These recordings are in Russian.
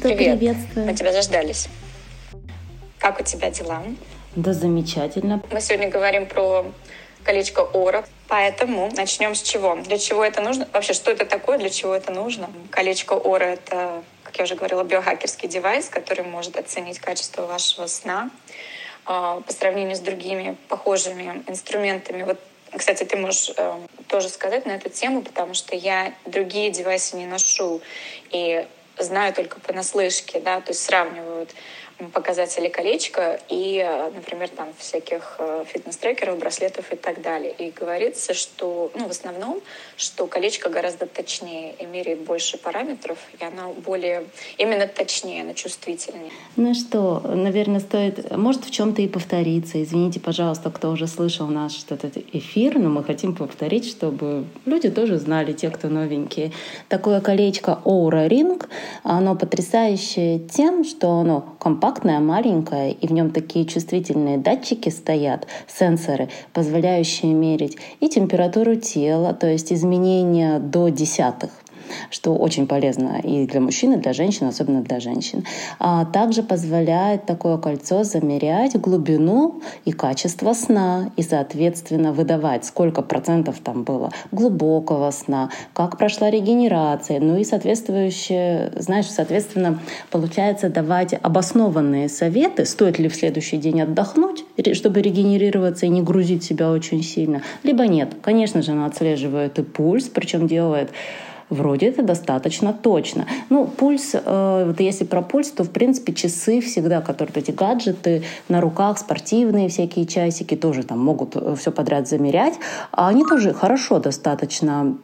что Привет. приветствую. Мы тебя заждались. Как у тебя дела? Да, замечательно. Мы сегодня говорим про колечко Оura, поэтому начнем с чего? Для чего это нужно? Вообще, что это такое, для чего это нужно? Колечко Oura — это, как я уже говорила, биохакерский девайс, который может оценить качество вашего сна по сравнению с другими похожими инструментами. Вот, кстати, ты можешь тоже сказать на эту тему, потому что я другие девайсы не ношу и знаю только понаслышке, да, то есть сравнивают показатели колечка и, например, там всяких фитнес-трекеров, браслетов и так далее. И говорится, что, в основном, что колечко гораздо точнее и меряет больше параметров, и оно более, именно точнее, оно чувствительнее. Ну что, наверное, стоит, может, в чем-то и повториться. Извините, пожалуйста, кто уже слышал наш этот эфир, но мы хотим повторить, чтобы люди тоже знали, те, кто новенькие. Такое колечко Oura Ring, оно потрясающее тем, что оно компактное, маленькое, и в нем такие чувствительные датчики стоят, сенсоры, позволяющие мерить и температуру тела, то есть изменения до десятых, что очень полезно и для мужчин, и для женщин, особенно для женщин. А также позволяет такое кольцо замерять глубину и качество сна, и, соответственно, выдавать, сколько процентов там было глубокого сна, как прошла регенерация, ну и соответственно, получается давать обоснованные советы, стоит ли в следующий день отдохнуть, чтобы регенерироваться и не грузить себя очень сильно, либо нет. Конечно же, она отслеживает и пульс, причем делает вроде это достаточно точно. Пульс, вот если про пульс, то, в принципе, часы всегда, которые эти гаджеты на руках, спортивные всякие часики, тоже там могут все подряд замерять. А они тоже хорошо достаточно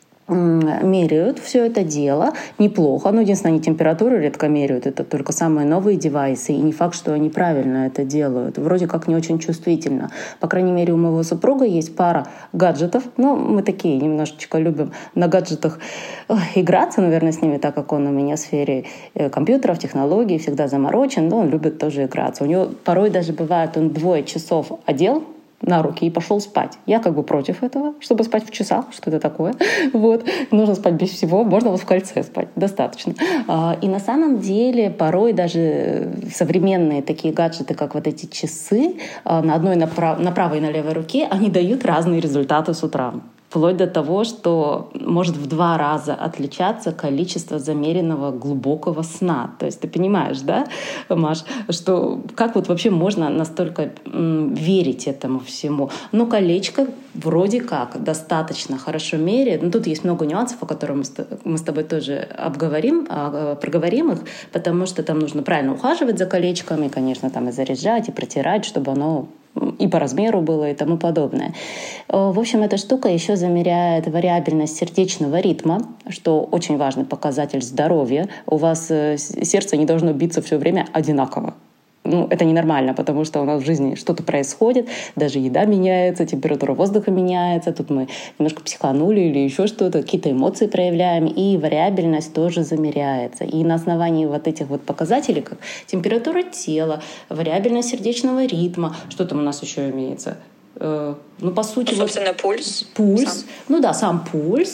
меряют все это дело неплохо. Единственное, они температуру редко меряют. Это только самые новые девайсы. И не факт, что они правильно это делают. Вроде как не очень чувствительно. По крайней мере, у моего супруга есть пара гаджетов. Мы такие немножечко любим на гаджетах играться, наверное, с ними, так как он у меня в сфере компьютеров, технологий, всегда заморочен. Но он любит тоже играться. У него порой даже бывает, он 2 часов одел на руки и пошел спать. Я против этого, чтобы спать в часах, что это такое. Нужно спать без всего, можно в кольце спать, достаточно. И на самом деле порой даже современные такие гаджеты, как вот эти часы, на одной на правой и на левой руке, они дают разные результаты с утра. Вплоть до того, что может в 2 раза отличаться количество замеренного глубокого сна. То есть ты понимаешь, да, Маш, что как вообще можно настолько верить этому всему? Колечко вроде как достаточно хорошо меряет. Тут есть много нюансов, о которых мы с тобой тоже проговорим их, потому что там нужно правильно ухаживать за колечками, конечно, там и заряжать, и протирать, чтобы оно и по размеру было и тому подобное. В общем, эта штука еще замеряет вариабельность сердечного ритма, что очень важный показатель здоровья. У вас сердце не должно биться все время одинаково. Это ненормально, потому что у нас в жизни что-то происходит, даже еда меняется, температура воздуха меняется, тут мы немножко психанули или еще что-то, какие-то эмоции проявляем, и вариабельность тоже замеряется. И на основании этих показателей, как температура тела, вариабельность сердечного ритма, что там у нас еще имеется? По сути, собственно, пульс. Пульс. Сам пульс.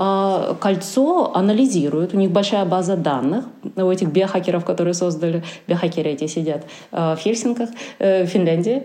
Кольцо анализирует. У них большая база данных у этих биохакеров, которые создали. Биохакеры эти сидят в Хельсинках, в Финляндии.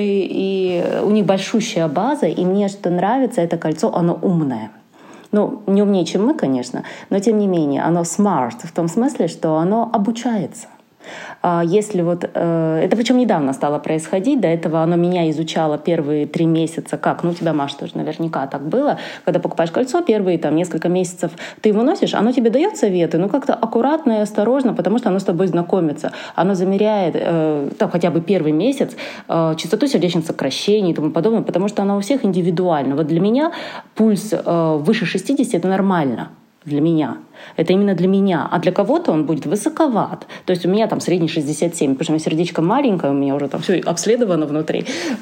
И у них большущая база. И мне что нравится, это кольцо, оно умное. Не умнее, чем мы, конечно, но тем не менее, оно smart в том смысле, что оно обучается. Если это причем недавно стало происходить, до этого оно меня изучало первые 3 месяца, у тебя, Маш, тоже наверняка так было, когда покупаешь кольцо, первые несколько месяцев ты его носишь, оно тебе дает советы, как-то аккуратно и осторожно, потому что оно с тобой знакомится. Оно замеряет хотя бы первый месяц частоту сердечных сокращений и тому подобное, потому что оно у всех индивидуально. Для меня пульс выше 60 — это нормально. Для меня. Это именно для меня. А для кого-то он будет высоковат. То есть у меня там средний 67, потому что у меня сердечко маленькое, у меня уже там все обследовано внутри.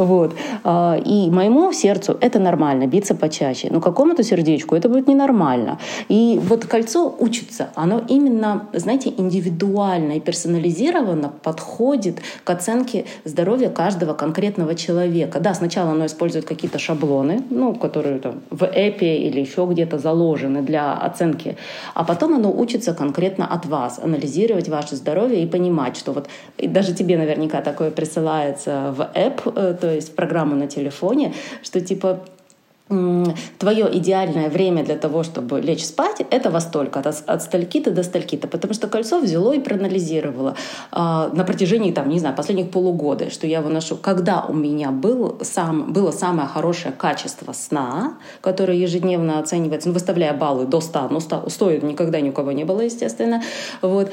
И моему сердцу это нормально, биться почаще. Но какому-то сердечку это будет ненормально. И кольцо учится. Оно именно, знаете, индивидуально и персонализированно подходит к оценке здоровья каждого конкретного человека. Да, сначала оно использует какие-то шаблоны, которые там в эпе или еще где-то заложены для оценки. А потом оно учится конкретно от вас, анализировать ваше здоровье и понимать, что вот и даже тебе наверняка такое присылается в app, то есть в программу на телефоне, что типа твое идеальное время для того, чтобы лечь спать, это во столько, от стольки-то до стольки-то. Потому что кольцо взяло и проанализировало на протяжении, там, не знаю, последних полугода, что я выношу, когда у меня было самое хорошее качество сна, которое ежедневно оценивается, выставляя баллы до 100, но 100 никогда ни у кого не было, естественно. Вот.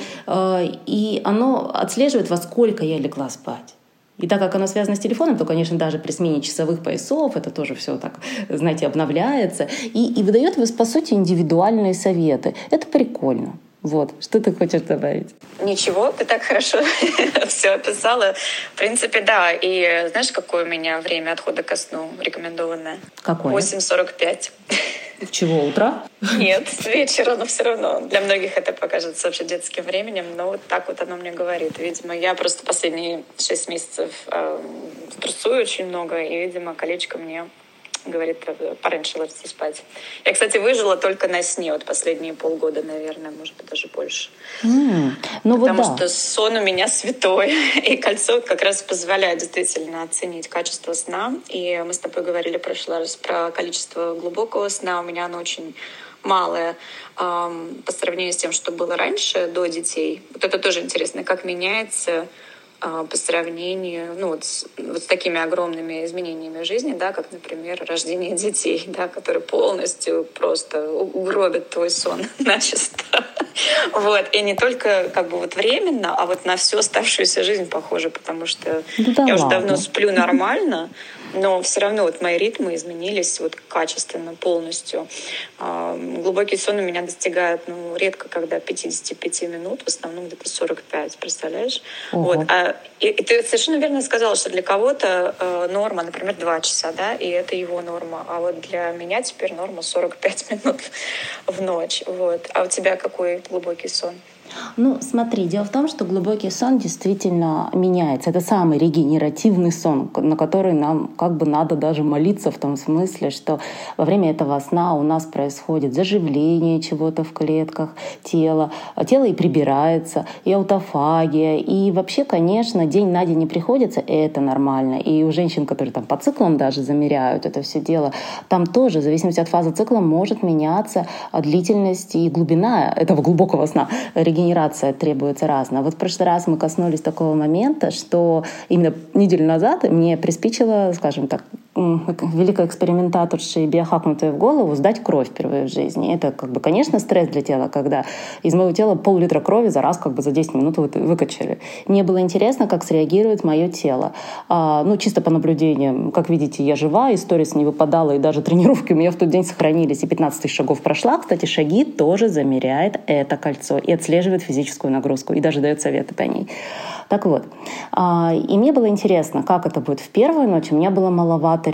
И оно отслеживает, во сколько я легла спать. И так как оно связано с телефоном, то, конечно, даже при смене часовых поясов это тоже все так, знаете, обновляется. И выдает, по сути, индивидуальные советы. Это прикольно. Вот. Что ты хочешь добавить? Ничего, ты так хорошо все описала. В принципе, да. И знаешь, какое у меня время отхода ко сну рекомендованное? Какое? 8:45. Чего, утра? Нет, вечера, но все равно. Для многих это покажется вообще детским временем, но вот так вот оно мне говорит. Видимо, я просто последние 6 месяцев стрессую очень много, и, видимо, колечко мне говорит, пораньше ложиться спать. Я, кстати, выжила только на сне вот последние полгода, наверное, может быть, даже больше. Потому что сон у меня святой, и кольцо как раз позволяет действительно оценить качество сна. И мы с тобой говорили в прошлый раз про количество глубокого сна. У меня оно очень малое по сравнению с тем, что было раньше, до детей. Вот это тоже интересно, как меняется по сравнению с такими огромными изменениями в жизни, да, как, например, рождение детей, да, которые полностью просто угробят твой сон начисто. Вот. И не только временно, а вот на всю оставшуюся жизнь похоже, потому что я уже давно сплю нормально, но все равно вот мои ритмы изменились вот качественно, полностью. Глубокий сон у меня достигает, редко когда 55 минут, в основном где-то 45, представляешь? Вот. И ты совершенно верно сказала, что для кого-то норма, например, 2 часа, да, и это его норма. А вот для меня теперь норма 45 минут в ночь. Вот. А у тебя какой глубокий сон? Смотри, дело в том, что глубокий сон действительно меняется. Это самый регенеративный сон, на который нам надо даже молиться в том смысле, что во время этого сна у нас происходит заживление чего-то в клетках тела, тело и прибирается, и аутофагия, и вообще, конечно, день на день не приходится, и это нормально. И у женщин, которые там по циклам даже замеряют это все дело, там тоже, в зависимости от фазы цикла, может меняться длительность и глубина этого глубокого сна. Регенерация требуется разная. Вот в прошлый раз мы коснулись такого момента, что именно неделю назад мне приспичило, скажем так, великой экспериментаторшей, биохакнутой в голову, сдать кровь впервые в жизни. Это, конечно, стресс для тела, когда из моего тела пол-литра крови за раз за 10 минут выкачали. Мне было интересно, как среагирует мое тело. Чисто по наблюдениям. Как видите, я жива, и сторис не выпадала, и даже тренировки у меня в тот день сохранились, и 15 тысяч шагов прошла. Кстати, шаги тоже замеряет это кольцо и отслеживает физическую нагрузку, и даже дает советы по ней. Так вот, и мне было интересно, как это будет в первую ночь. У меня было маловато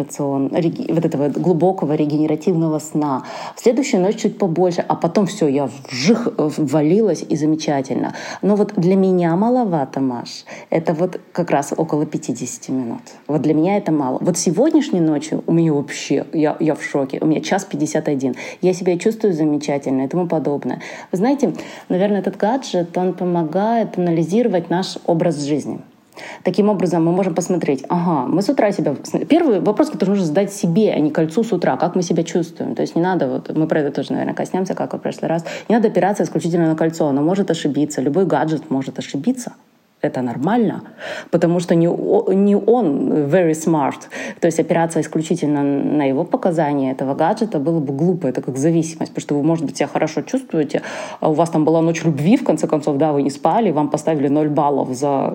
вот этого глубокого регенеративного сна. В следующую ночь чуть побольше, а потом все, я ввалилась, и замечательно. Но вот для меня маловато, Маш. Это вот как раз около 50 минут. Вот для меня это мало. Вот сегодняшней ночью у меня вообще, я в шоке. У меня 1:51. Я себя чувствую замечательно и тому подобное. Вы знаете, наверное, этот гаджет, он помогает анализировать наш образ жизни. Таким образом, мы можем посмотреть, мы с утра себя... Первый вопрос, который нужно задать себе, а не кольцу с утра, как мы себя чувствуем. То есть не надо, мы про это тоже, наверное, коснемся, как и в прошлый раз, не надо опираться исключительно на кольцо, оно может ошибиться, любой гаджет может ошибиться. Это нормально, потому что не он very smart. То есть опираться исключительно на его показания этого гаджета было бы глупо. Это как зависимость, потому что вы, может быть, себя хорошо чувствуете, а у вас там была ночь любви, в конце концов, да, вы не спали, вам поставили 0 баллов за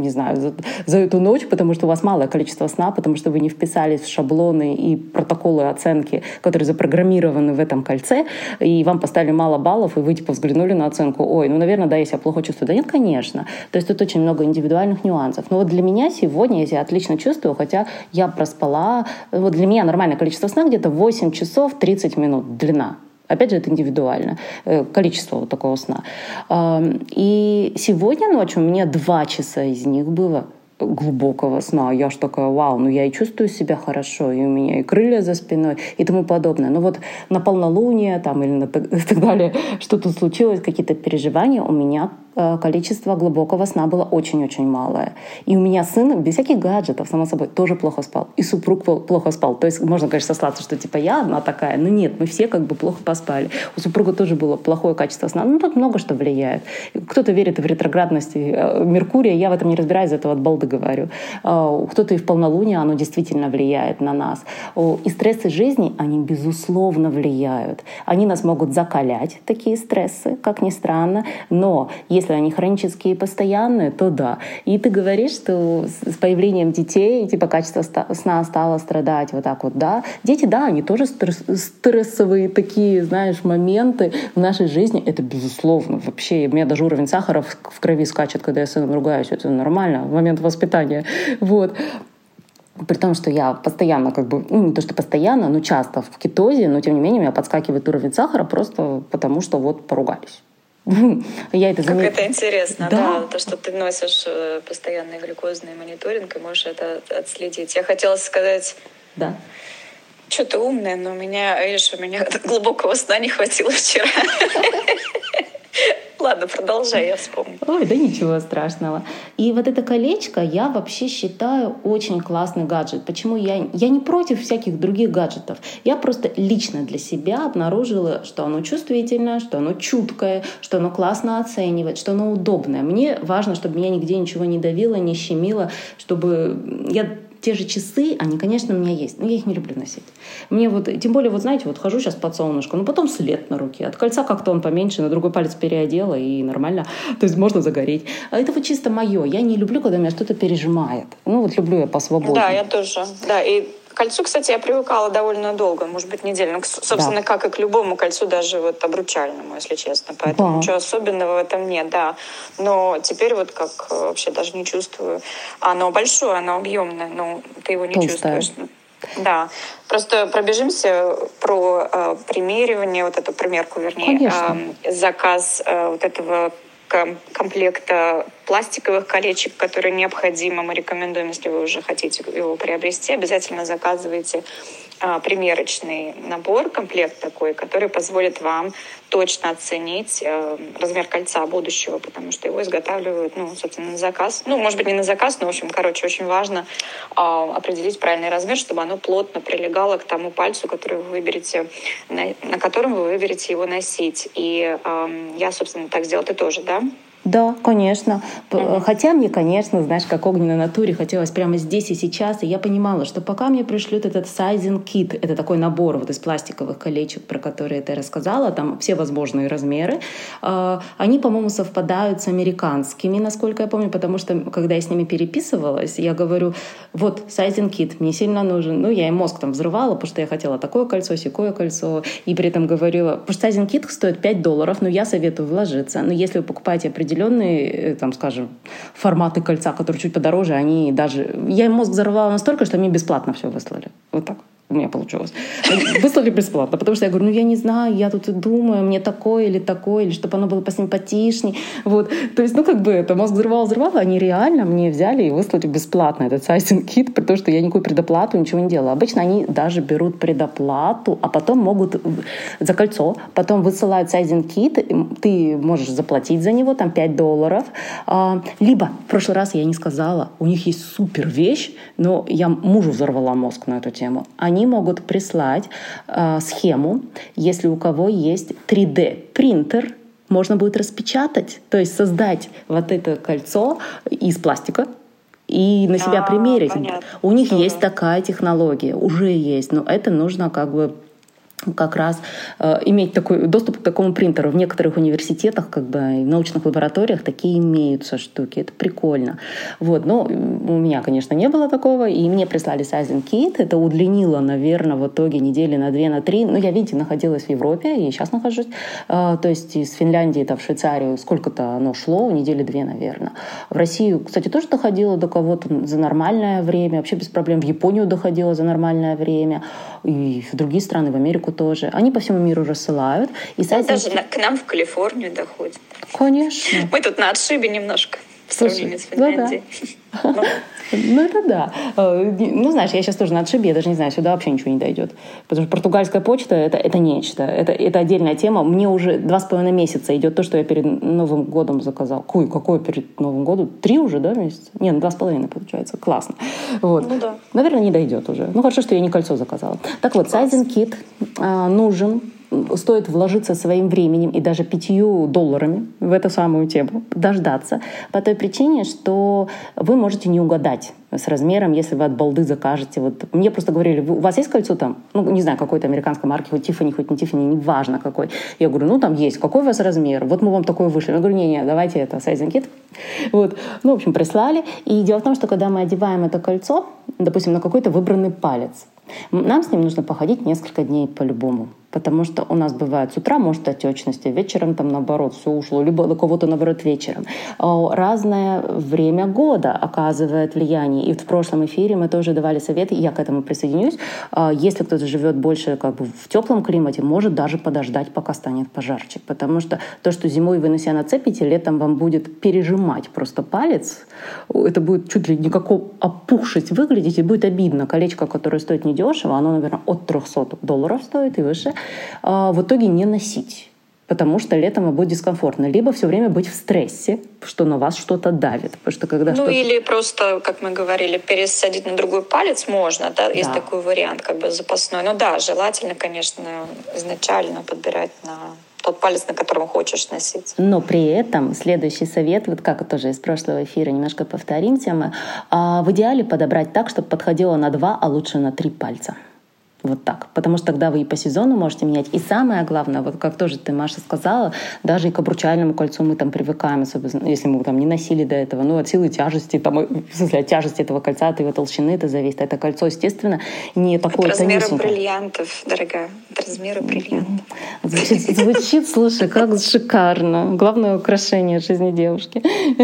эту ночь, потому что у вас малое количество сна, потому что вы не вписались в шаблоны и протоколы оценки, которые запрограммированы в этом кольце, и вам поставили мало баллов, и вы взглянули на оценку, наверное, да, я себя плохо чувствую. Да нет, конечно. То есть тут очень много индивидуальных нюансов. Но вот для меня сегодня я себя отлично чувствую, хотя я проспала. Вот для меня нормальное количество сна где-то 8 часов 30 минут длина. Опять же, это индивидуально, количество такого сна. И сегодня ночью у меня 2 часа из них было глубокого сна. Я ж такая, вау, ну я и чувствую себя хорошо, и у меня и крылья за спиной, и тому подобное. Но вот на полнолуние там, или на так далее, что-то случилось, какие-то переживания, у меня количество глубокого сна было очень-очень малое. И у меня сын без всяких гаджетов, само собой, тоже плохо спал. И супруг плохо спал. То есть можно, конечно, сослаться, что типа я одна такая, но нет, мы все как бы плохо поспали. У супруга тоже было плохое качество сна. Ну, тут много что влияет. Кто-то верит в ретроградность Меркурия, я в этом не разбираюсь, из этого от балды говорю. Кто-то и в полнолуние, оно действительно влияет на нас. И стрессы жизни, они безусловно влияют. Они нас могут закалять, такие стрессы, как ни странно, но если они хронические и постоянные, то да. И ты говоришь, что с появлением детей типа качество сна стало страдать вот так вот, да. Дети, да, они тоже стрессовые такие, знаешь, моменты в нашей жизни. Это безусловно. Вообще, у меня даже уровень сахара в крови скачет, когда я с сыном ругаюсь. Это нормально в момент воспитания. Вот. При том, что я постоянно, как бы, ну не то, что постоянно, но часто в кетозе, но тем не менее у меня подскакивает уровень сахара просто потому, что вот поругались. Я это как это интересно, да, то, что ты носишь постоянный глюкозный мониторинг и можешь это отследить. Я хотела сказать, да. Что ты умная, но у меня глубокого сна не хватило вчера. Ладно, продолжай, я вспомню. Ой, да ничего страшного. И вот это колечко я вообще считаю очень классный гаджет. Почему я не против всяких других гаджетов. Я просто лично для себя обнаружила, что оно чувствительное, что оно чуткое, что оно классно оценивает, что оно удобное. Мне важно, чтобы меня нигде ничего не давило, не щемило, чтобы те же часы, они, конечно, у меня есть, но я их не люблю носить. Мне вот, тем более, вот знаете, вот хожу сейчас под солнышко, но потом след на руке. От кольца как-то он поменьше, на другой палец переодела, и нормально. То есть можно загореть. А это вот чисто мое. Я не люблю, когда меня что-то пережимает. Ну вот люблю я посвободнее. Да, я тоже. Да, и к кольцу, кстати, я привыкала довольно долго, может быть, неделю. Собственно, как и к любому кольцу, даже вот обручальному, если честно. Поэтому ничего особенного в этом нет, да. Но теперь вот как вообще даже не чувствую. Оно большое, оно объемное, но ты его не чувствуешь. Да. Просто пробежимся про примеривание, вот эту примерку, вернее. Заказ вот этого комплекта пластиковых колечек, которые необходимо. Мы рекомендуем, если вы уже хотите его приобрести, обязательно заказывайте примерочный набор, комплект такой, который позволит вам точно оценить размер кольца будущего, потому что его изготавливают, собственно, на заказ. Может быть, не на заказ, но, в общем, очень важно определить правильный размер, чтобы оно плотно прилегало к тому пальцу, который вы выберете, на котором вы выберете его носить. И я, собственно, так сделала. Ты тоже, да? Да, конечно. Хотя мне, конечно, знаешь, как огненной натуре хотелось прямо здесь и сейчас. И я понимала, что пока мне пришлют этот sizing kit, это такой набор вот из пластиковых колечек, про которые ты рассказала, там все возможные размеры, они, по-моему, совпадают с американскими, насколько я помню, потому что, когда я с ними переписывалась, я говорю, вот sizing kit мне сильно нужен. Я и мозг там взрывала, потому что я хотела такое кольцо, сякое кольцо, и при этом говорила, потому что sizing kit стоит $5, но я советую вложиться. Но если вы покупаете определенные, там, скажем, форматы кольца, которые чуть подороже, они даже... Я им мозг взорвала настолько, что мне бесплатно все выслали. Вот так у меня получилось. Выслали бесплатно, потому что я говорю, я не знаю, я тут думаю, мне такое, или чтобы оно было посимпатичней. Вот. То есть, это мозг взрывал, они реально мне взяли и выслали бесплатно этот sizing kit, потому что я никакую предоплату, ничего не делала. Обычно они даже берут предоплату, а потом могут за кольцо, потом высылают sizing kit, ты можешь заплатить за него, там, $5. Либо, в прошлый раз я не сказала, у них есть супер вещь, но я мужу взорвала мозг на эту тему. Они могут прислать схему, если у кого есть 3D-принтер, можно будет распечатать, то есть создать вот это кольцо из пластика и на себя примерить. Понятно. У них есть такая технология, уже есть, но это нужно как раз иметь такой доступ к такому принтеру. В некоторых университетах, и в научных лабораториях такие имеются штуки. Это прикольно. Вот. Но у меня, конечно, не было такого. И мне прислали sizing kit. Это удлинило, наверное, в итоге недели на 2, на 3. Я, видите, находилась в Европе, и сейчас нахожусь. То есть из Финляндии в Швейцарию сколько-то оно шло, недели 2, наверное. В Россию, кстати, тоже доходило до кого-то за нормальное время. Вообще без проблем. В Японию доходило за нормальное время. И в другие страны, в Америку тоже. Они по всему миру рассылают. И даже к нам в Калифорнию доходит. Конечно. Мы тут на отшибе немножко. сравнении с Финляндией. Ну, это да. Ну, знаешь, я сейчас тоже на отшибе, я даже не знаю, сюда вообще ничего не дойдет. Потому что португальская почта — это нечто. Это отдельная тема. Мне уже 2,5 месяца идет то, что я перед Новым годом заказал. Какой перед Новым годом? 3 уже, да, месяца? Нет, 2,5 получается. Классно. Вот. Ну, да. Наверное, не дойдет уже. Ну, хорошо, что я не кольцо заказала. Так вот, сайзинг-кит нужен. Стоит вложиться своим временем и даже $5 в эту самую тему, дождаться, по той причине, что вы можете не угадать с размером, если вы от балды закажете. Вот мне просто говорили, у вас есть кольцо там, ну, не знаю, какой-то американской марки, хоть Тиффани, хоть не Тиффани, неважно какой. Я говорю, ну, там есть, какой у вас размер? Вот мы вам такой вышли. Я говорю, не, давайте это, сайзинг-кит. Вот. Ну, в общем, прислали. И дело в том, что когда мы одеваем это кольцо, допустим, на какой-то выбранный палец, нам с ним нужно походить несколько дней по-любому. Потому что у нас бывает с утра может отечность, вечером там наоборот все ушло, либо до кого-то наоборот вечером. Разное время года оказывает влияние. И в прошлом эфире мы тоже давали советы, и я к этому присоединюсь. Если кто-то живет больше как бы в теплом климате, может даже подождать, пока станет пожарче. Потому что то, что зимой вы на себя нацепите, летом вам будет пережимать просто палец. Это будет чуть ли не как опухшись выглядеть, и будет обидно. Колечко, которое стоит недешево, оно, наверное, от $300 стоит и выше, в итоге не носить. Потому что летом будет дискомфортно. Либо все время быть в стрессе, что на вас что-то давит. Потому что когда или просто, как мы говорили, пересадить на другой палец можно, да? Есть такой вариант, как бы запасной. Ну да, желательно, конечно, изначально подбирать на тот палец, на котором хочешь носить. Но при этом следующий совет, вот как тоже из прошлого эфира немножко повторимся мы, в идеале подобрать так, чтобы подходило на 2, а лучше на 3 пальца. Вот так. Потому что тогда вы и по сезону можете менять. И самое главное, вот как тоже ты, Маша, сказала, даже и к обручальному кольцу мы там привыкаем, особенно если мы там не носили до этого. Ну, от силы тяжести, там, в смысле, от тяжести этого кольца, от его толщины это зависит. Это кольцо, естественно, не такое тонюсенькое. От размера бриллиантов, дорогая. От размера бриллиантов. Звучит, слушай, как шикарно. Главное украшение жизни девушки.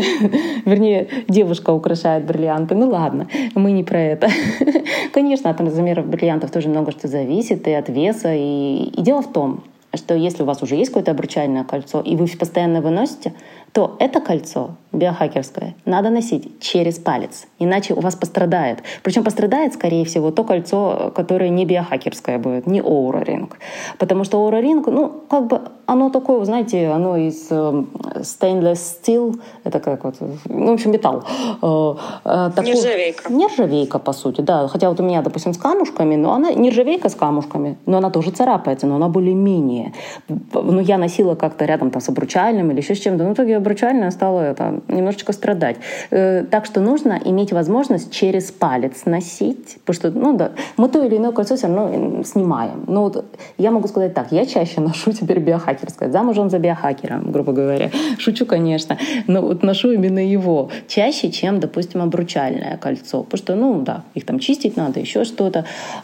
Вернее, девушка украшает бриллианты. Ну ладно, мы не про это. Конечно, от размеров бриллиантов тоже много что зависит, и от веса. И дело в том, что если у вас уже есть какое-то обручальное кольцо, и вы постоянно его носите, то это кольцо биохакерское надо носить через палец, иначе у вас пострадает. Причем пострадает, скорее всего, то кольцо, которое не биохакерское будет, не Oura Ring. Потому что Oura Ring, ну, как бы оно такое, знаете, оно из stainless steel, это как вот, ну, в общем, металл. Нержавейка. Нержавейка, по сути, да. Хотя вот у меня, допустим, с камушками, но она нержавейка с камушками, но она тоже царапается, но она более-менее. Ну, я носила как-то рядом там с обручальным или еще с чем-то, но в итоге обручальное стало это немножечко страдать. Так что нужно иметь возможность через палец носить, потому что, ну да, мы то или иное кольцо все равно снимаем. Но вот я могу сказать так, я чаще ношу теперь биохакерское. Замужем за биохакером, грубо говоря. Шучу, конечно, но вот ношу именно его чаще, чем, допустим, обручальное кольцо. Потому что, ну да, их там чистить надо, еще что-то.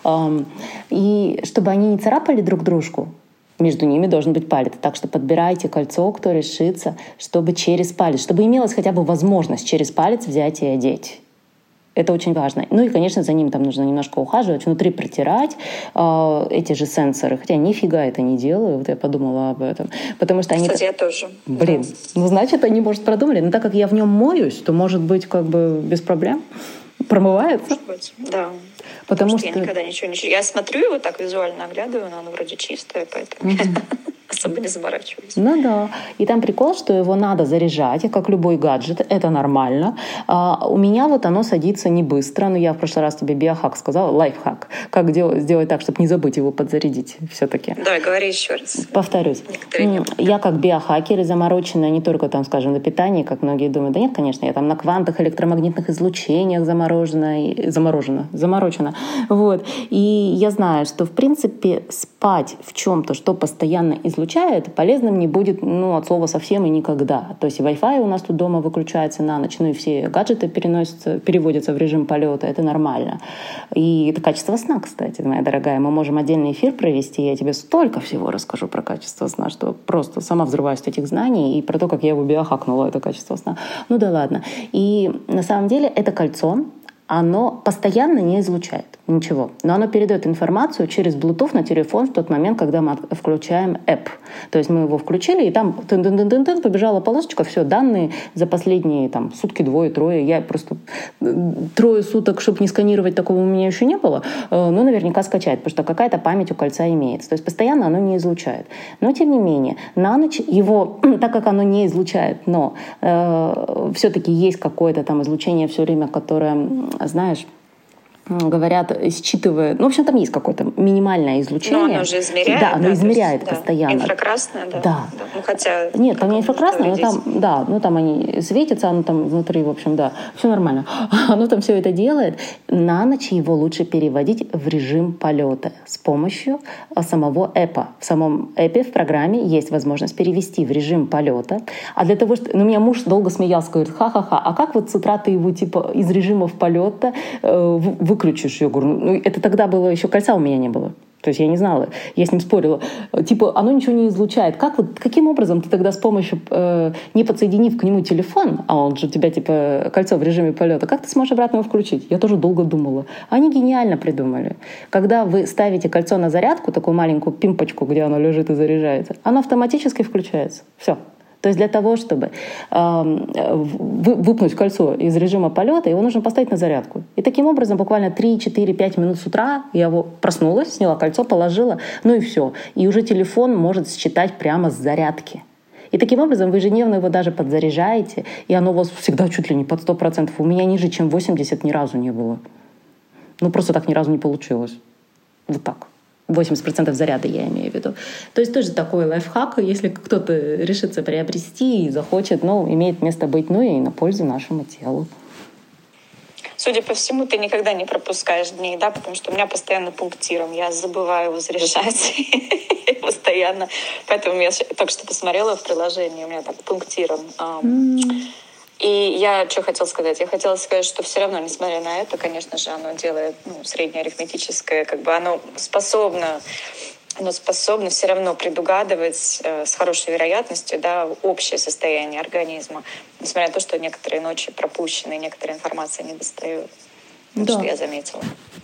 И чтобы они не царапали друг дружку, между ними должен быть палец. Так что подбирайте кольцо, кто решится, чтобы через палец, чтобы имелась хотя бы возможность через палец взять и одеть. Это очень важно. Ну и, конечно, за ним там нужно немножко ухаживать, внутри протирать эти же сенсоры. Хотя нифига это не делаю, вот я подумала об этом. Потому что они... Кстати, я тоже. Блин, ну значит, они, может, продумали. Но так как я в нем моюсь, то, может быть, как бы без проблем промывается. Может быть, да. Потому что я никогда ничего не... Я смотрю его так визуально, оглядываю, но оно вроде чистое, поэтому я особо не заморачиваюсь. Ну да. И там прикол, что его надо заряжать, как любой гаджет. Это нормально. У меня вот оно садится не быстро. Но я в прошлый раз тебе биохак сказала, лайфхак. Как сделать так, чтобы не забыть его подзарядить все-таки. Да, говори еще раз. Повторюсь. Я как биохакер и замороченная не только там, скажем, на питании, как многие думают. Да нет, конечно, я там на квантах, электромагнитных излучениях заморожена. Вот. И я знаю, что, в принципе, спать в чем-то, что постоянно излучает, полезным не будет, ну, от слова совсем и никогда. То есть и Wi-Fi у нас тут дома выключается на ночь, ну и все гаджеты переводятся в режим полета, это нормально. И это качество сна, кстати, моя дорогая. Мы можем отдельный эфир провести, я тебе столько всего расскажу про качество сна, что просто сама взрываюсь от этих знаний и про то, как я его биохакнула, это качество сна. Ну да ладно. И на самом деле это кольцо, оно постоянно не излучает ничего, но оно передает информацию через Bluetooth на телефон в тот момент, когда мы включаем App. То есть мы его включили, и там тын-тын-тын-тын, побежала полосочка, все, данные за последние там, сутки, двое-трое. Я просто 3 суток, чтобы не сканировать, такого у меня еще не было, но наверняка скачает, потому что какая-то память у кольца имеется. То есть постоянно оно не излучает. Но, тем не менее, на ночь его, так как оно не излучает, но все-таки есть какое-то там излучение все время, которое, знаешь, говорят, считывает... Ну, в общем, там есть какое-то минимальное излучение. Но оно же измеряет. Да, оно измеряет постоянно. Инфракрасное, да. Да. Ну, хотя... Нет, там не инфракрасное, но там, да, ну, там они светятся, оно там внутри, в общем, да, все нормально. Оно там все это делает. На ночь его лучше переводить в режим полета с помощью самого эпа. В самом эпе, в программе есть возможность перевести в режим полета. А для того, что... Ну, у меня муж долго смеялся, говорит, ха-ха-ха, а как вот с утра ты его, типа, из режима в полета выключишь? Я говорю, ну, это тогда было, еще кольца у меня не было. То есть я не знала, я с ним спорила. Типа, оно ничего не излучает. Каким образом ты тогда с помощью, не подсоединив к нему телефон, а он же у тебя, типа, кольцо в режиме полета, как ты сможешь обратно его включить? Я тоже долго думала. Они гениально придумали. Когда вы ставите кольцо на зарядку, такую маленькую пимпочку, где оно лежит и заряжается, оно автоматически включается. Все. То есть для того, чтобы выпнуть кольцо из режима полета, его нужно поставить на зарядку. И таким образом буквально 3, 4, 5 минут с утра я его проснулась, сняла кольцо, положила, ну и все. И уже телефон может считать прямо с зарядки. И таким образом вы ежедневно его даже подзаряжаете, и оно у вас всегда чуть ли не под 100%. У меня ниже, чем 80 ни разу не было. Ну просто так ни разу не получилось. Вот так. 80% заряда я имею в виду. То есть тоже такой лайфхак, если кто-то решится приобрести и захочет, ну, имеет место быть, ну и на пользу нашему телу. Судя по всему, ты никогда не пропускаешь дней, да, потому что у меня постоянно пунктиром, я забываю его заряжать постоянно. Поэтому я только что посмотрела в приложении, у меня так пунктиром. И я что хотела сказать? Я хотела сказать, что все равно, несмотря на это, конечно же, оно делает среднеарифметическое, как бы оно способно все равно предугадывать с хорошей вероятностью, да, общее состояние организма, несмотря на то, что некоторые ночи пропущены, некоторая информация не достает. Вот что я заметила.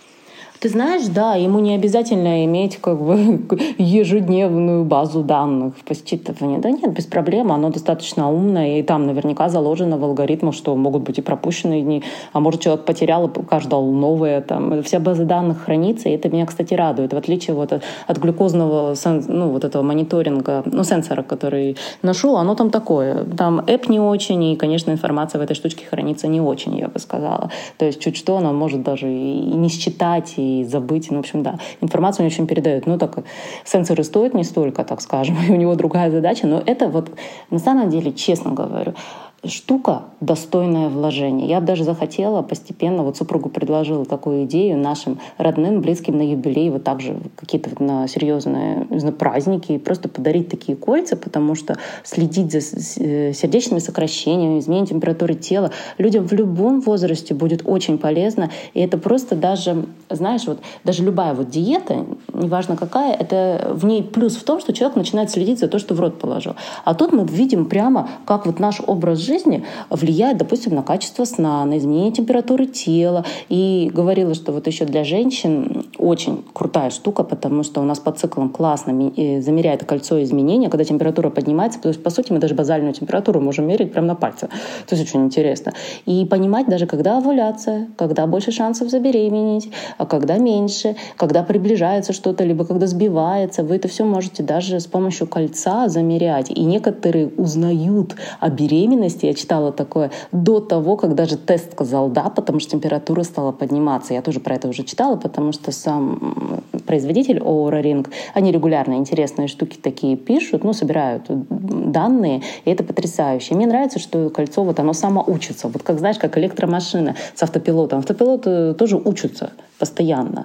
Ты знаешь, да, ему не обязательно иметь как бы ежедневную базу данных по считыванию. Да нет, без проблем, оно достаточно умное, и там наверняка заложено в алгоритмах, что могут быть и пропущенные дни, а может, человек потерял и каждал новое. Там. Вся база данных хранится, и это меня, кстати, радует. В отличие вот от глюкозного вот этого мониторинга, сенсора, который ношу, оно там такое. Там эп не очень, и, конечно, информация в этой штучке хранится не очень, я бы сказала. То есть чуть что она может даже и не считать, и забыть. Ну, в общем, да, информацию он очень передает. Ну, так, сенсоры стоят не столько, так скажем, и у него другая задача, но это вот, на самом деле, честно говорю, штука достойное вложение. Я бы даже захотела постепенно, вот супругу предложила такую идею нашим родным, близким на юбилей, вот также какие-то вот на серьезные праздники, и просто подарить такие кольца, потому что следить за сердечными сокращениями, изменением температуры тела людям в любом возрасте будет очень полезно. И это просто даже, знаешь, вот даже любая вот диета, неважно какая, это в ней плюс в том, что человек начинает следить за то, что в рот положил. А тут мы видим прямо, как вот наш образ жизни влияет, допустим, на качество сна, на изменение температуры тела. И говорила, что вот еще для женщин очень крутая штука, потому что у нас по циклам классно замеряет кольцо изменения, когда температура поднимается, потому что, по сути, мы даже базальную температуру можем мерить прямо на пальце. То есть очень интересно. И понимать даже, когда овуляция, когда больше шансов забеременеть, а когда меньше, когда приближается что-то, либо когда сбивается. Вы это все можете даже с помощью кольца замерять. И некоторые узнают о беременности, я читала такое, до того, как даже тест сказал «да», потому что температура стала подниматься. Я тоже про это уже читала, потому что сам производитель Oura Ring, они регулярно интересные штуки такие пишут, собирают данные, и это потрясающе. И мне нравится, что кольцо, вот оно само учится. Вот как, знаешь, как электромашина с автопилотом. Автопилот тоже учится постоянно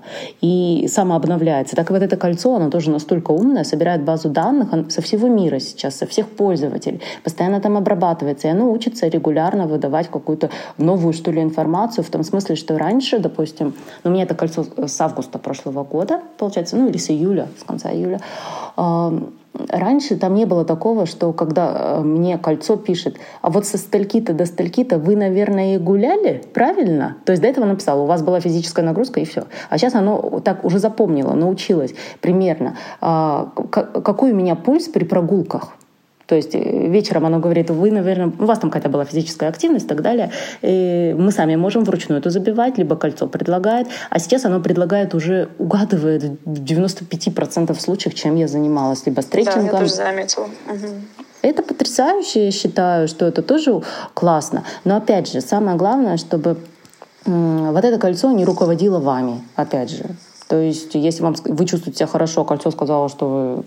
и самообновляется. Так вот это кольцо, оно тоже настолько умное, собирает базу данных со всего мира сейчас, со всех пользователей, постоянно там обрабатывается, и оно учится регулярно выдавать какую-то новую, что ли, информацию, в том смысле, что раньше, допустим, у меня это кольцо с августа прошлого года, получается, или с июля, с конца июля, раньше там не было такого, что когда мне кольцо пишет, а вот со стальки-то до стальки-то вы, наверное, и гуляли, правильно? То есть до этого написала, у вас была физическая нагрузка и все. А сейчас оно так уже запомнило, научилось примерно, какой у меня пульс при прогулках. То есть вечером оно говорит, вы, наверное, у вас там какая-то была физическая активность и так далее. И мы сами можем вручную это забивать, либо кольцо предлагает. А сейчас оно предлагает уже, угадывает в 95% случаев, чем я занималась. Либо стретчингом. Да, я тоже заметила. Это потрясающе, я считаю, что это тоже классно. Но опять же, самое главное, чтобы вот это кольцо не руководило вами, опять же. То есть, если вы чувствуете себя хорошо, кольцо сказало, что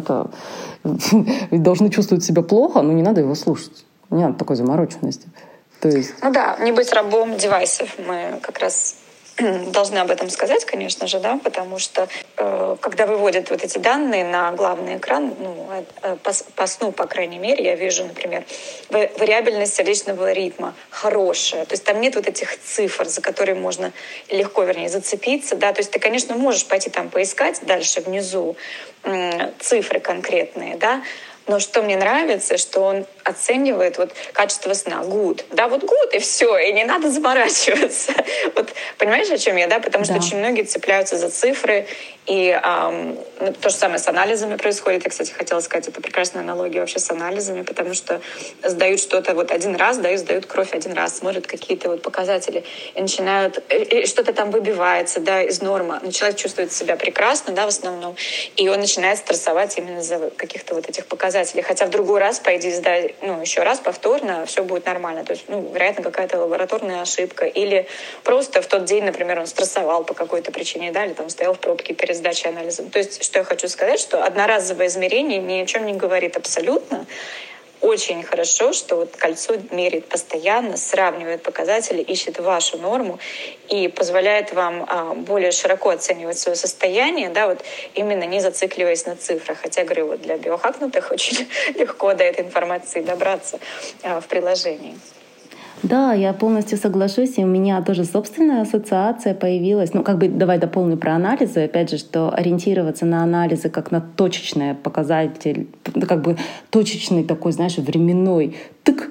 вы должны чувствовать себя плохо, но не надо его слушать. Не надо такой замороченности. То есть... Ну да, не быть рабом девайсов. Мы как раз должны об этом сказать, конечно же, да, потому что когда выводят вот эти данные на главный экран, по сну, по крайней мере, я вижу, например, вариабельность сердечного ритма хорошая, то есть там нет вот этих цифр, за которые можно легко, зацепиться, да, то есть ты, конечно, можешь пойти там поискать дальше внизу цифры конкретные, да, но что мне нравится, что он оценивает качество сна. Good. Да, good, и все, и не надо заморачиваться. Понимаешь, о чем я, да? Потому что очень многие цепляются за цифры, и то же самое с анализами происходит. Я, кстати, хотела сказать, это прекрасная аналогия вообще с анализами, потому что сдают что-то один раз, сдают кровь один раз, смотрят какие-то показатели, и начинают, и что-то там выбивается, да, из нормы. Но человек чувствует себя прекрасно, да, в основном, и он начинает стрессовать именно за каких-то этих показателей. Хотя в другой раз, пойди сдай, еще раз повторно, все будет нормально. То есть, вероятно, какая-то лабораторная ошибка. Или просто в тот день, например, он стрессовал по какой-то причине, да, или там стоял в пробке перед сдачей анализа. То есть, что я хочу сказать, что одноразовое измерение ни о чем не говорит абсолютно. Очень хорошо, что кольцо меряет постоянно, сравнивает показатели, ищет вашу норму и позволяет вам более широко оценивать свое состояние, да, именно не зацикливаясь на цифрах. Хотя, говорю, для биохакнутых очень легко до этой информации добраться в приложении. Да, я полностью соглашусь, и у меня тоже собственная ассоциация появилась. Давай дополню про анализы. Опять же, что ориентироваться на анализы как на точечный показатель, точечный такой, временной тык,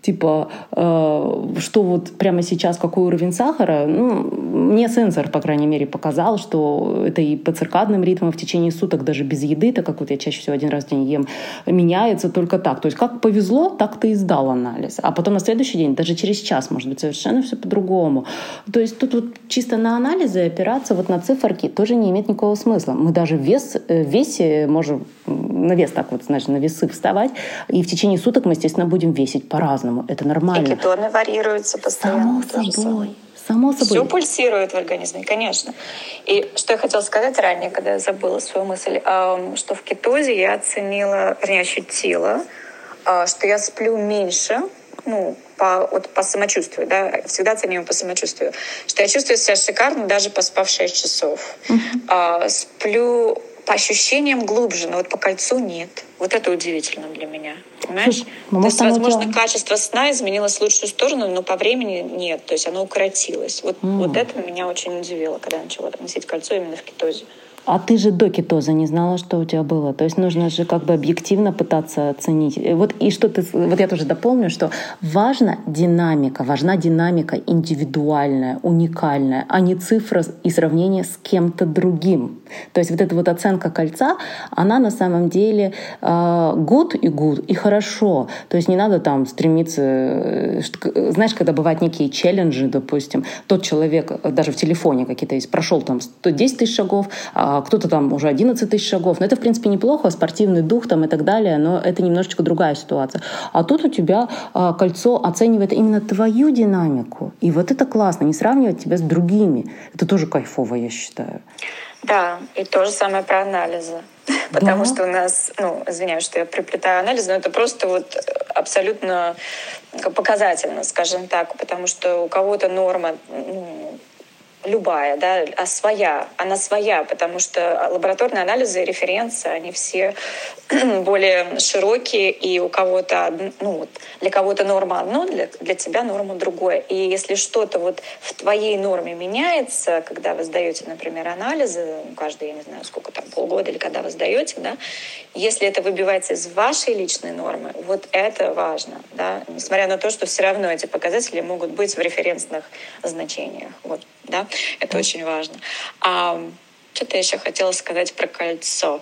что прямо сейчас какой уровень сахара, мне сенсор, по крайней мере, показал, что это и по циркадным ритмам в течение суток, даже без еды, так как я чаще всего один раз в день ем, меняется только так. То есть как повезло, так ты и сдал анализ. А потом на следующий день, даже через час, может быть, совершенно все по-другому. То есть тут чисто на анализы опираться на циферки тоже не имеет никакого смысла. Мы даже в весе можем на вес на весы вставать, и в течение суток мы, естественно, будем весить по-разному. Это нормально. И кетоны варьируются постоянно. Само собой. Все пульсирует в организме, конечно. И что я хотела сказать ранее, когда я забыла свою мысль, что в кетозе я ощутила, что я сплю меньше, по самочувствию, да, всегда оцениваю по самочувствию, что я чувствую себя шикарно, даже поспав 6 часов. Сплю по ощущениям глубже, но по кольцу нет. Это удивительно для меня. Понимаешь? То есть, возможно, качество сна изменилось в лучшую сторону, но по времени нет. То есть оно укоротилось. Это меня очень удивило, когда я начала носить кольцо именно в кетозе. А ты же до кетоза не знала, что у тебя было. То есть нужно же объективно пытаться оценить. Я тоже дополню, что важна динамика индивидуальная, уникальная, а не цифра и сравнение с кем-то другим. То есть эта оценка кольца, она на самом деле good и хорошо. То есть не надо там стремиться... Знаешь, когда бывают некие челленджи, допустим, тот человек, даже в телефоне какие-то есть, прошел там 10 тысяч шагов, кто-то там уже 11 тысяч шагов. Но это, в принципе, неплохо, спортивный дух там и так далее, но это немножечко другая ситуация. А тут у тебя кольцо оценивает именно твою динамику. И это классно, не сравнивать тебя с другими. Это тоже кайфово, я считаю. Да, и то же самое про анализы. Потому что у нас, извиняюсь, что я приплетаю анализы, но это просто абсолютно показательно, скажем так, потому что у кого-то норма любая, да, а своя, она своя, потому что лабораторные анализы и референсы, они все более широкие, и у кого-то, для кого-то норма одно, для тебя норма другое. И если что-то вот в твоей норме меняется, когда вы сдаете, например, анализы, каждые, я не знаю, сколько там, полгода или когда вы сдаете, да, если это выбивается из вашей личной нормы, вот это важно, да, несмотря на то, что все равно эти показатели могут быть в референсных значениях, вот, да, это очень важно. Что-то я еще хотела сказать про кольцо.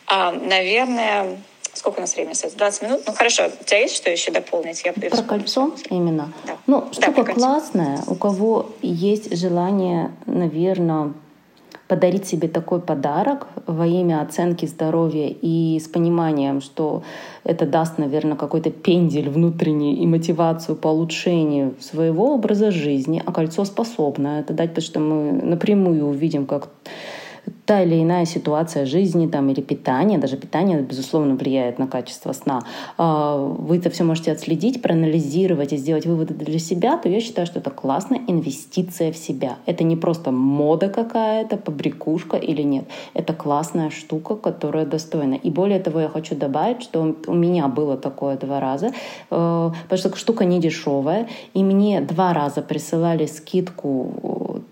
Наверное, сколько у нас времени? 20 минут? Ну хорошо, у тебя есть что еще дополнить? Про кольцо именно? Да. Штука классная. У кого есть желание, наверное, подарить себе такой подарок во имя оценки здоровья и с пониманием, что это даст, наверное, какой-то пендель внутренний и мотивацию по улучшению своего образа жизни, а кольцо способно это дать, потому что мы напрямую увидим, как та или иная ситуация жизни там, или питания, даже питание, безусловно, влияет на качество сна, вы это все можете отследить, проанализировать и сделать выводы для себя, то я считаю, что это классная инвестиция в себя. Это не просто мода какая-то, побрякушка или нет. Это классная штука, которая достойна. И более того, я хочу добавить, что у меня было такое 2 раза, потому что штука не дешевая, и мне 2 раза присылали скидку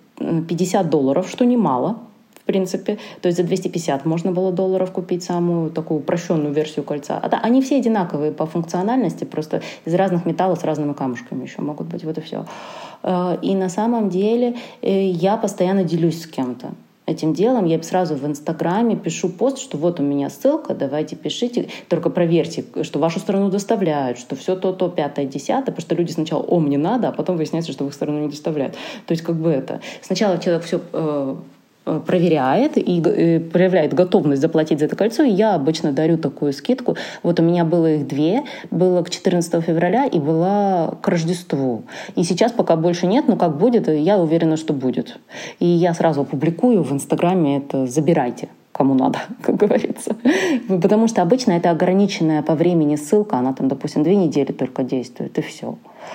$50, что немало, в принципе. То есть за 250 можно было долларов купить самую такую упрощенную версию кольца. Они все одинаковые по функциональности, просто из разных металлов с разными камушками еще могут быть. Вот и все. И на самом деле я постоянно делюсь с кем-то этим делом. Я сразу в Инстаграме пишу пост, что вот у меня ссылка, давайте пишите, только проверьте, что в вашу страну доставляют, что все то, 5-е, 10-е, потому что люди сначала мне надо, а потом выясняется, что в их страну не доставляют. То есть это. Сначала человек все проверяет и проявляет готовность заплатить за это кольцо, и я обычно дарю такую скидку. Вот у меня было их 2, было к 14 февраля и была к Рождеству. И сейчас пока больше нет, но как будет, я уверена, что будет. И я сразу опубликую в Инстаграме это «забирайте». Кому надо, как говорится. Потому что обычно это ограниченная по времени ссылка, она там, допустим, 2 недели только действует, и все.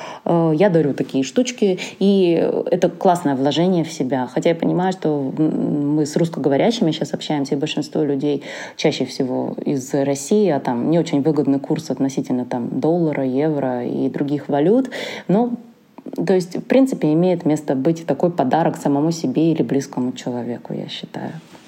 Я дарю такие штучки, и это классное вложение в себя. Хотя я понимаю, что мы с русскоговорящими сейчас общаемся, и большинство людей чаще всего из России, а там не очень выгодный курс относительно там доллара, евро и других валют. Но то есть, в принципе, имеет место быть такой подарок самому себе или близкому человеку, я считаю.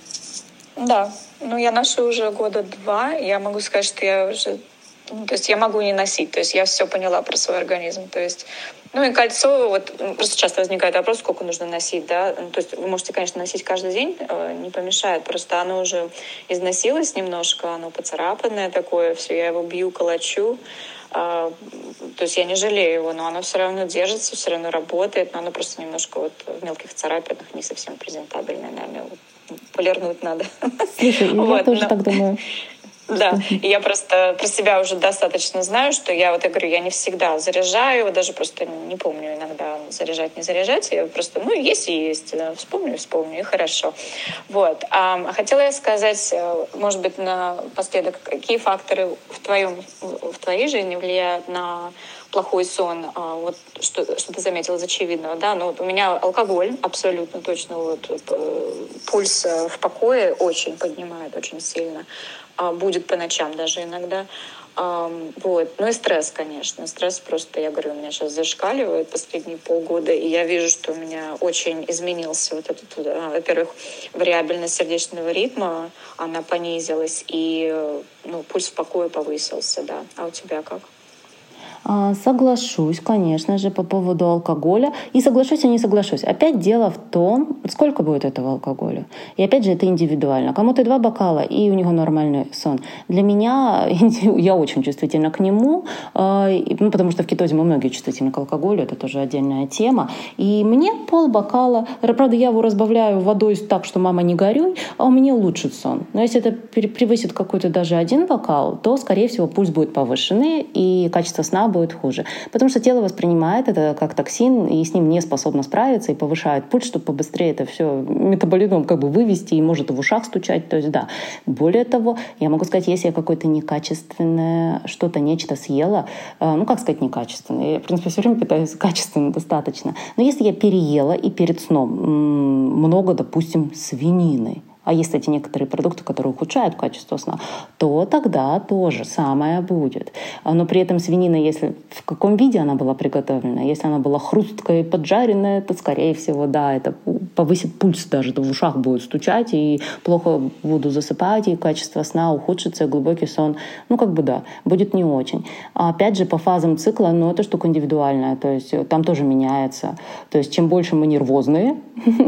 Да, я ношу уже 2 года. Я могу сказать, что я уже... то есть я могу не носить. То есть я все поняла про свой организм. То есть, и кольцо, просто часто возникает вопрос, сколько нужно носить, да. То есть вы можете, конечно, носить каждый день, не помешает. Просто оно уже износилось немножко, оно поцарапанное такое, все, я его бью, колочу. То есть я не жалею его, но оно все равно держится, все равно работает, но оно просто немножко в мелких царапинах не совсем презентабельное, наверное. Полирнуть надо. Слушай, я тоже так думаю. Да, и я просто про себя уже достаточно знаю, что я говорю, я не всегда заряжаю, даже просто не помню иногда заряжать, не заряжать. Я просто, есть и есть, да, вспомню, и хорошо. Вот. А хотела я сказать, может быть, напоследок, какие факторы в твоей жизни влияют на плохой сон, что ты заметила из очевидного, да, у меня алкоголь абсолютно точно, пульс в покое очень поднимает, очень сильно, будет по ночам даже иногда, и стресс, конечно, стресс просто, я говорю, у меня сейчас зашкаливает последние полгода, и я вижу, что у меня очень изменился во-первых, вариабельность сердечного ритма, она понизилась, и, пульс в покое повысился, да, а у тебя как? Соглашусь, конечно же, по поводу алкоголя. И соглашусь, и не соглашусь. Опять дело в том, сколько будет этого алкоголя. И опять же, это индивидуально. Кому-то 2 бокала, и у него нормальный сон. Для меня, я очень чувствительна к нему, потому что в кетозе мы многие чувствительны к алкоголю, это тоже отдельная тема. И мне полбокала, правда, я его разбавляю водой так, что мама не горюй, а у меня улучшит сон. Но если это превысит какой-то даже 1 бокал, то, скорее всего, пульс будет повышенный, и качество сна будет хуже. Потому что тело воспринимает это как токсин и с ним не способно справиться и повышает пульс, чтобы побыстрее это все метаболизмом как бы вывести и может в ушах стучать. То есть да. Более того, я могу сказать, если я какое-то некачественное что-то, нечто съела, ну как сказать некачественное, я в принципе все время питаюсь качественно достаточно, но если я переела и перед сном много, допустим, свинины, а есть эти некоторые продукты, которые ухудшают качество сна, то тогда то же самое будет. Но при этом свинина, если в каком виде она была приготовлена, если она была хрусткая и поджаренная, то, скорее всего, да, это повысит пульс даже, в ушах будет стучать, и плохо буду засыпать, и качество сна ухудшится, и глубокий сон, ну, как бы да, будет не очень. А опять же, по фазам цикла, ну, это штука индивидуальная, то есть там тоже меняется. То есть чем больше мы нервозные,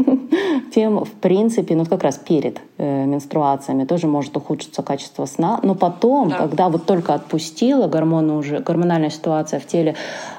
тем, в принципе, ну, как раз перед менструациями тоже может ухудшиться качество сна. Но потом, когда вот только отпустила, гормональная ситуация в теле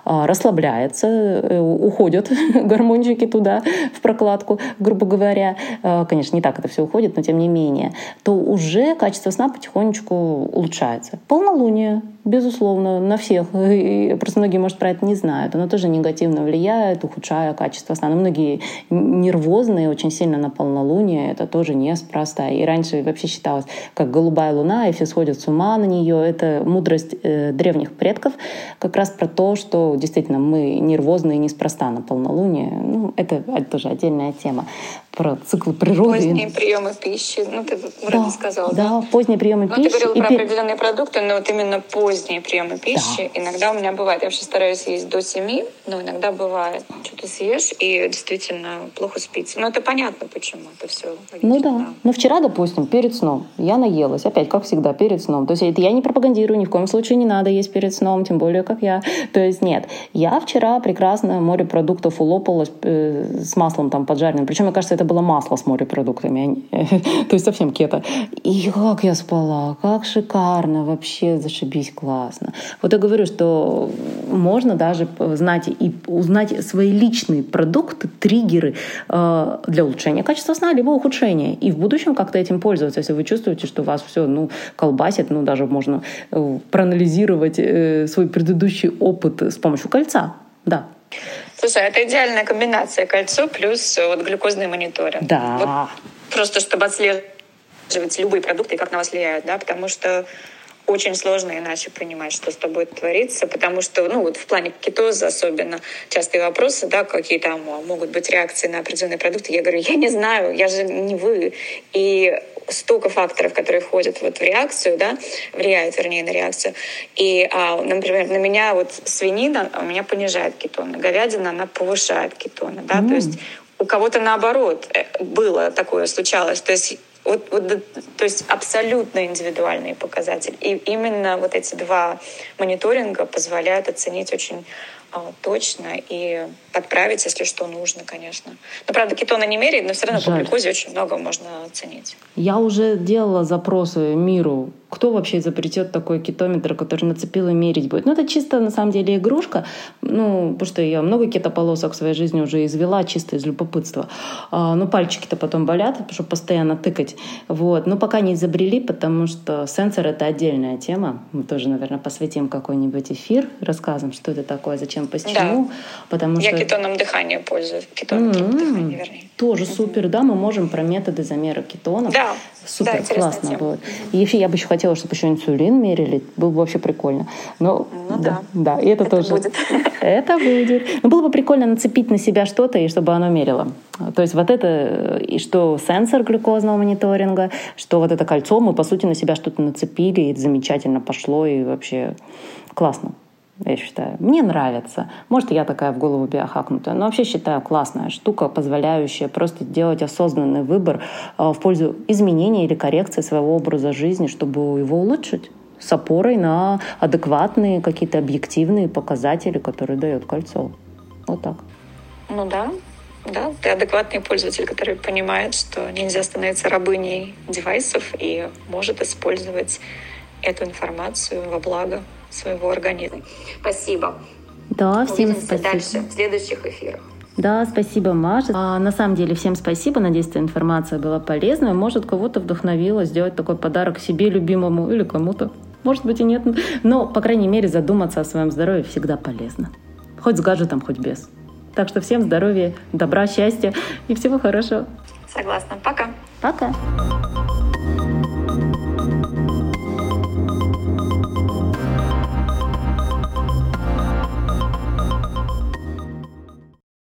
расслабляется, уходят гормончики туда, в прокладку, грубо говоря. Конечно, не так это все уходит, но тем не менее. То уже качество сна потихонечку улучшается. Полнолуние, безусловно, на всех. И просто многие, может, про это не знают. Оно тоже негативно влияет, ухудшая качество сна. Но многие нервозные очень сильно на полнолуние. Это тоже неспроста. И раньше вообще считалось, как голубая луна, и все сходят с ума на нее. Это мудрость древних предков как раз про то, что действительно мы нервозные неспроста на полнолуние. Ну, это тоже отдельная тема. Про цикл природы. Поздние приемы пищи. Ну, ты вроде сказала, да? Да, поздние приемы пищи. Ты говорила про определенные продукты, но вот именно поздние приемы пищи. Да. Иногда у меня бывает. Я вообще стараюсь есть до 7, но иногда бывает. Что-то съешь, и действительно плохо спится. Но это понятно, почему. Это все логично. Ну да. Ну, вчера, допустим, перед сном я наелась. Опять, как всегда, перед сном. То есть это я не пропагандирую, ни в коем случае не надо есть перед сном, тем более, как я. То есть нет. Я вчера прекрасно морепродуктов улопалась с маслом там поджаренным. Причем, мне кажется, это было масло с морепродуктами. То есть совсем кето. И как я спала, как шикарно, вообще зашибись, классно. Вот я говорю, что можно даже знать и узнать свои личные продукты, триггеры для улучшения качества сна, либо ухудшения. И в будущем как-то этим пользоваться. Если вы чувствуете, что вас все колбасит, даже можно проанализировать свой предыдущий опыт с помощью кольца. Да. Слушай, это идеальная комбинация кольцо плюс вот глюкозный мониторинг. Да. Вот просто чтобы отслеживать любые продукты и как на вас влияют, да, потому что очень сложно иначе понимать, что с тобой творится, потому что, вот в плане кетоза особенно частые вопросы, да, какие там могут быть реакции на определенные продукты. Я говорю, я не знаю, я же не вы. И столько факторов, которые входят вот в реакцию, да, влияют, вернее, на реакцию. И, например, на меня вот свинина у меня понижает кетоны, говядина, она повышает кетоны, да, то есть у кого-то наоборот было такое, случалось, то есть то есть абсолютно индивидуальные показатели. И именно вот эти два мониторинга позволяют оценить очень точно и подправить, если что нужно, конечно. Но, правда, кетоны не меряют, но все равно по глюкозе очень много можно оценить. Я уже делала запросы миру. Кто вообще изобретет такой кетометр, который нацепил и мерить будет? Это чисто, на самом деле, игрушка. Потому что я много кетополосок в своей жизни уже извела чисто из любопытства. Пальчики-то потом болят, чтобы постоянно тыкать. Но пока не изобрели, потому что сенсор — это отдельная тема. Мы тоже, наверное, посвятим какой-нибудь эфир рассказом, что это такое, зачем, почему. Да. Потому я что... кетоном дыхания пользуюсь. Кетометром дыхания, вернее. Тоже супер, да. Мы можем про методы замера кетонов. Да. Супер, классно будет. И я бы еще хотела, чтобы еще инсулин мерили. Было бы вообще прикольно. Да. И это тоже. Будет. Это будет. Но было бы прикольно нацепить на себя что-то, и чтобы оно мерило. То есть вот это, и что сенсор глюкозного мониторинга, что вот это кольцо, мы, по сути, на себя что-то нацепили, и это замечательно пошло, и вообще классно. Я считаю. Мне нравится. Может, я такая в голову биохакнутая, но вообще считаю классная штука, позволяющая просто делать осознанный выбор в пользу изменения или коррекции своего образа жизни, чтобы его улучшить с опорой на адекватные какие-то объективные показатели, которые дает кольцо. Вот так. Да, ты адекватный пользователь, который понимает, что нельзя становиться рабыней девайсов и может использовать эту информацию во благо своего организма. Спасибо. Да, всем Увидимся спасибо. Дальше, в следующих эфирах. Да, спасибо, Маша. На самом деле, всем спасибо. Надеюсь, эта информация была полезной. Может, кого-то вдохновила сделать такой подарок себе любимому или кому-то. Может быть и нет. Но, по крайней мере, задуматься о своем здоровье всегда полезно. Хоть с гаджетом, хоть без. Так что всем здоровья, добра, счастья и всего хорошего. Согласна. Пока. Пока.